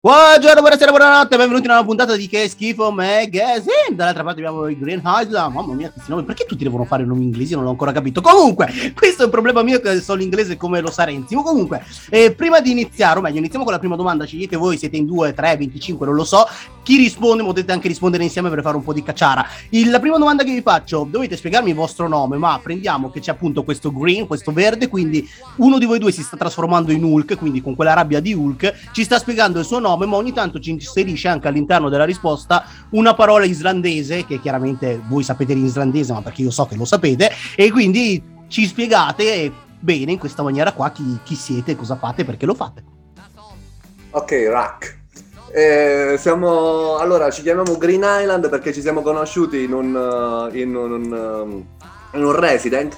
Buongiorno, buonasera, buonanotte, benvenuti in una puntata di Che Schifo Magazine. Dall'altra parte abbiamo i Green Highland. Mamma mia, questi nomi, perché tutti devono fare nomi inglesi? Non l'ho ancora capito. Comunque, questo è un problema mio che so l'inglese come lo sa Renzi. Ma comunque, prima di iniziare, o meglio, iniziamo con la prima domanda. Scegliete voi, siete in 2, 3, 25, non lo so. Chi risponde, potete anche rispondere insieme per fare un po' di cacciara. La prima domanda che vi faccio, dovete spiegarmi il vostro nome, ma prendiamo che c'è appunto questo green, questo verde, quindi uno di voi due si sta trasformando in Hulk, quindi con quella rabbia di Hulk, ci sta spiegando il suo nome, ma ogni tanto ci inserisce anche all'interno della risposta una parola islandese, che chiaramente voi sapete l'islandese, ma perché io so che lo sapete, e quindi ci spiegate bene in questa maniera qua chi siete, cosa fate, perché lo fate. Ok, Rack. Allora, ci chiamiamo Green Island perché ci siamo conosciuti in un residence,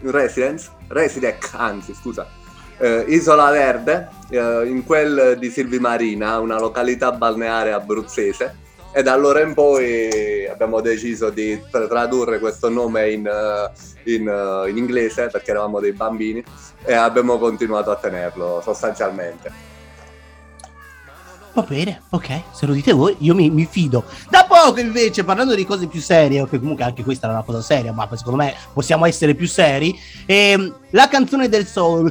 anzi, scusa, Isola Verde, in quel di Silvimarina, una località balneare abruzzese, e da allora in poi abbiamo deciso di tradurre questo nome in inglese perché eravamo dei bambini e abbiamo continuato a tenerlo sostanzialmente. Va bene, ok, se lo dite voi, io mi fido. Da poco invece, parlando di cose più serie, che comunque anche questa era una cosa seria, ma secondo me possiamo essere più seri, la canzone del Sol,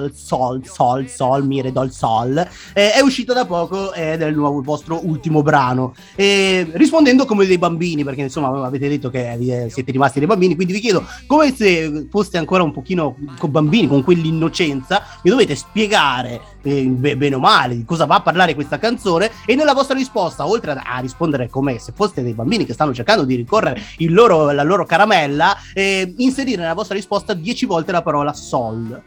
mi redò il Sol, è uscita da poco ed è il vostro ultimo brano, rispondendo come dei bambini, perché insomma avete detto che siete rimasti dei bambini, quindi vi chiedo, come se foste ancora un pochino con bambini, con quell'innocenza, mi dovete spiegare bene o male di cosa va a parlare questa canzone, e nella vostra risposta, oltre a rispondere come se foste dei bambini che stanno cercando di ricorrere la loro caramella, inserire nella vostra risposta 10 volte la parola sol.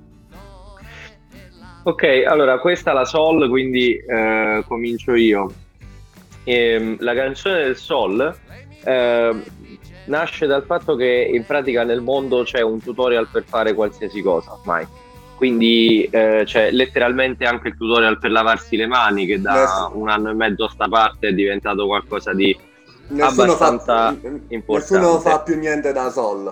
Ok, allora questa è la sol, quindi comincio io. La canzone del sol nasce dal fatto che in pratica nel mondo c'è un tutorial per fare qualsiasi cosa ormai. Quindi c'è letteralmente anche il tutorial per lavarsi le mani, che da un anno e mezzo a sta parte è diventato qualcosa di abbastanza importante. Nessuno fa più niente da sol.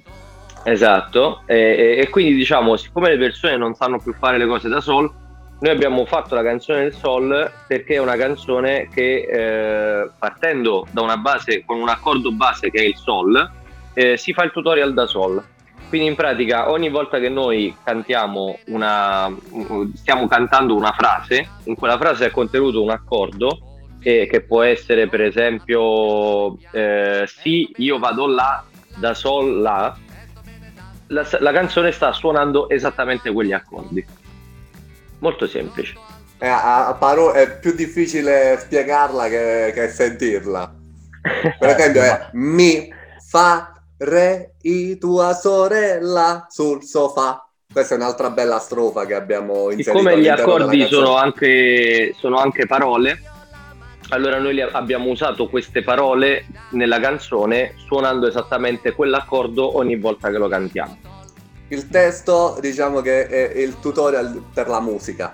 Esatto, e quindi diciamo, siccome le persone non sanno più fare le cose da sol, noi abbiamo fatto la canzone del sol perché è una canzone che partendo da una base, con un accordo base che è il sol, si fa il tutorial da sol. Quindi in pratica ogni volta che noi cantiamo stiamo cantando una frase, in quella frase è contenuto un accordo che può essere per esempio sì, io vado là, da sol là, la canzone sta suonando esattamente quegli accordi. Molto semplice. È più difficile spiegarla che sentirla. Per esempio è mi fa re i tua sorella sul sofà. Questa è un'altra bella strofa che abbiamo inserito. Siccome gli accordi sono anche parole, allora noi abbiamo usato queste parole nella canzone suonando esattamente quell'accordo ogni volta che lo cantiamo. Il testo, diciamo che è il tutorial per la musica.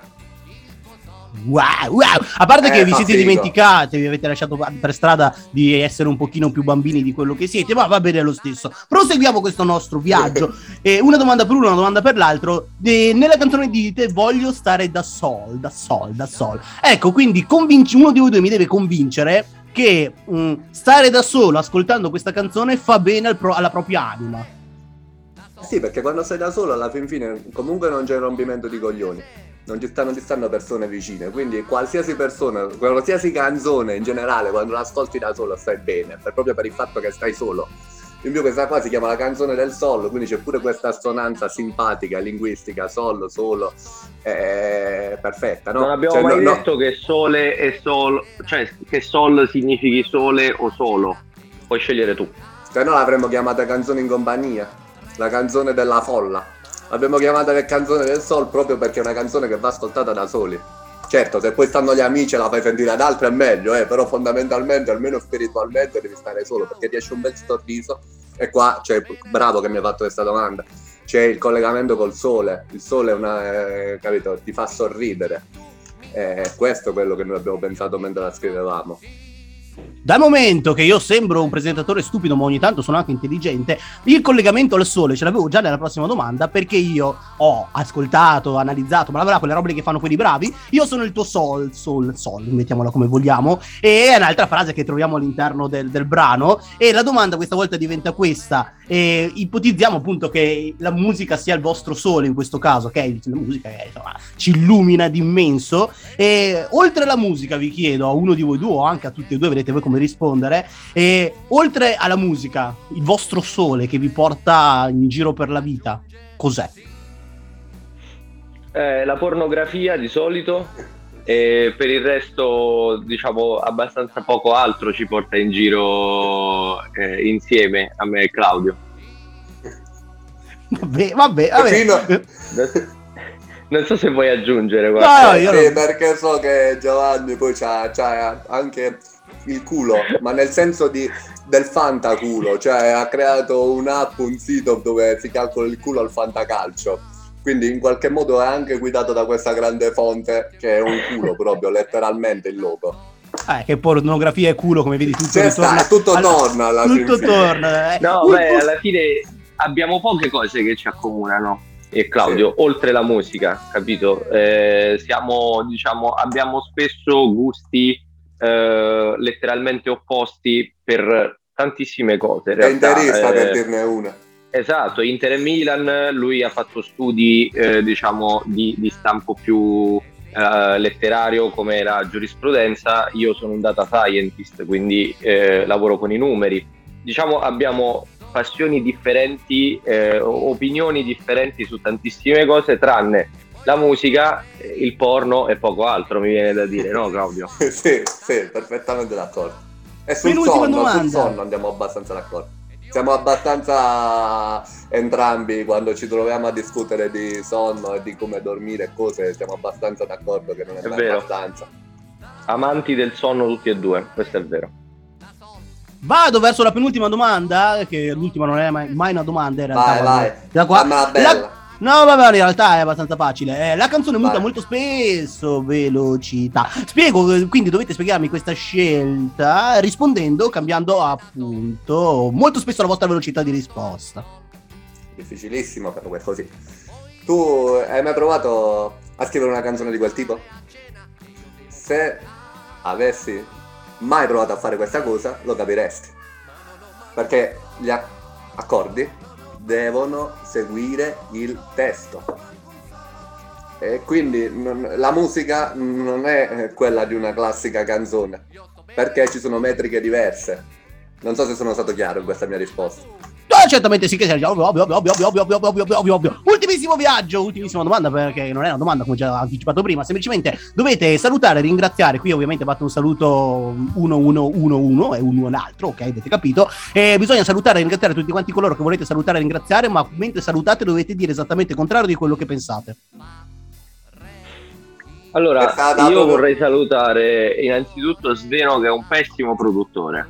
Wow. A parte che vi siete dimenticati, vi avete lasciato per strada di essere un pochino più bambini di quello che siete, ma va bene lo stesso. Proseguiamo questo nostro viaggio. Una domanda per uno, una domanda per l'altro. Nella canzone dite voglio stare da sol. Ecco, quindi uno di voi due mi deve convincere che stare da solo ascoltando questa canzone fa bene alla propria anima. Sì, perché quando sei da solo alla fine comunque non c'è un rompimento di coglioni. Non ti stanno persone vicine, quindi qualsiasi persona, qualsiasi canzone in generale, quando l'ascolti da solo stai bene, proprio per il fatto che stai solo. In più questa qua si chiama la canzone del sol, quindi c'è pure questa assonanza simpatica, linguistica, sol, solo, perfetta, no? Non abbiamo mai detto che sole e sol, cioè che sol significhi sole o solo, puoi scegliere tu. Se no l'avremmo chiamata canzone in compagnia, la canzone della folla. L'abbiamo chiamata le canzone del sol proprio perché è una canzone che va ascoltata da soli. Certo, se poi stanno gli amici e la fai sentire ad altri è meglio, però fondamentalmente, almeno spiritualmente, devi stare solo perché ti esce un bel sorriso. E qua, bravo che mi hai fatto questa domanda, c'è il collegamento col sole. Il sole è capito, ti fa sorridere. Questo è quello che noi abbiamo pensato mentre la scrivevamo. Dal momento che io sembro un presentatore stupido, ma ogni tanto sono anche intelligente, il collegamento al sole ce l'avevo già nella prossima domanda, perché io ho ascoltato, analizzato, bla bla, quelle robe che fanno quelli bravi. Io sono il tuo sol, mettiamola come vogliamo, e è un'altra frase che troviamo all'interno del brano. E la domanda questa volta diventa questa: ipotizziamo appunto che la musica sia il vostro sole in questo caso, ok? La musica che insomma ci illumina d'immenso. E oltre alla musica vi chiedo a uno di voi due o anche a tutti e due, vedete voi come rispondere, e oltre alla musica, il vostro sole che vi porta in giro per la vita, cos'è? La pornografia di solito, e per il resto diciamo abbastanza poco altro ci porta in giro insieme a me e Claudio. Vabbè. Non so se vuoi aggiungere qualcosa. No, sì, perché so che Giovanni poi c'ha anche il culo, ma nel senso del fantaculo, cioè ha creato un'app, un sito dove si calcola il culo al fantacalcio, quindi in qualche modo è anche guidato da questa grande fonte che è un culo proprio, letteralmente il logo. Che pornografia e culo, come vedi tutto torna alla fine. No, alla fine abbiamo poche cose che ci accomunano. E Claudio, sì, oltre la musica, capito? Abbiamo spesso gusti letteralmente opposti per tantissime cose. È interista, per dirne una. Esatto, Inter e Milan, lui ha fatto studi di stampo più letterario come la giurisprudenza, io sono un data scientist, quindi lavoro con i numeri. Diciamo abbiamo passioni differenti, opinioni differenti su tantissime cose, tranne la musica, il porno e poco altro, mi viene da dire, no Claudio? sì, perfettamente d'accordo. E sul sonno andiamo abbastanza d'accordo. Siamo abbastanza entrambi, quando ci troviamo a discutere di sonno e di come dormire e cose, siamo abbastanza d'accordo che non è vero. Abbastanza. Amanti del sonno tutti e due, questo è vero. Vado verso la penultima domanda, che l'ultima non è mai una domanda in realtà. Vai. Fammela bella. No, vabbè, in realtà è abbastanza facile. La canzone muta molto spesso velocità. Spiego, quindi dovete spiegarmi questa scelta rispondendo, cambiando appunto molto spesso la vostra velocità di risposta. Difficilissimo però è così. Tu hai mai provato a scrivere una canzone di quel tipo? Se avessi mai provato a fare questa cosa, lo capiresti. Perché gli accordi devono seguire il testo e quindi la musica non è quella di una classica canzone, perché ci sono metriche diverse. Non so se sono stato chiaro in questa mia risposta. Certamente sì, che sei ovvio. Ultimissimo viaggio, ultimissima domanda, perché non è una domanda come già anticipato prima, semplicemente dovete salutare e ringraziare. Qui ovviamente fate un saluto uno e uno l'altro, ok, avete capito? E bisogna salutare e ringraziare tutti quanti coloro che volete salutare e ringraziare, ma mentre salutate dovete dire esattamente il contrario di quello che pensate. Allora, io vorrei salutare innanzitutto Sveno, che è un pessimo produttore.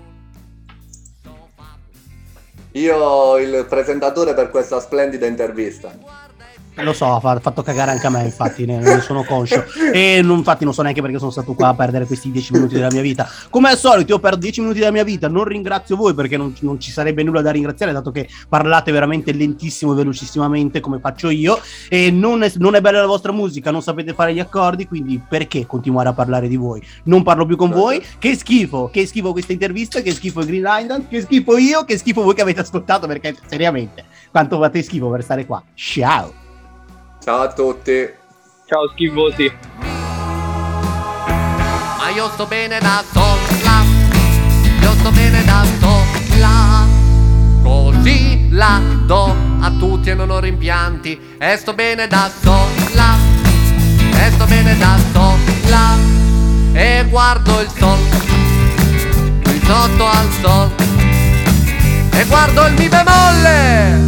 Io il presentatore per questa splendida intervista. Lo so, ha fatto cagare anche a me, infatti ne sono conscio. E infatti non so neanche perché sono stato qua a perdere questi 10 minuti della mia vita. Come al solito io perdo 10 minuti della mia vita, non ringrazio voi perché non ci sarebbe nulla da ringraziare, dato che parlate veramente lentissimo e velocissimamente come faccio io. E non è bella la vostra musica, non sapete fare gli accordi, quindi perché continuare a parlare di voi? Non parlo più con voi. Che schifo questa intervista, che schifo il Green Island, che schifo io, che schifo voi che avete ascoltato, perché seriamente quanto fate schifo per stare qua. Ciao a tutti. Ciao schifosi. Ma io sto bene da sola, io sto bene da sola, così la do a tutti e non ho rimpianti. E sto bene da sola, e sto bene da sola, e guardo il sol, qui sotto al sol, e guardo il mi bemolle.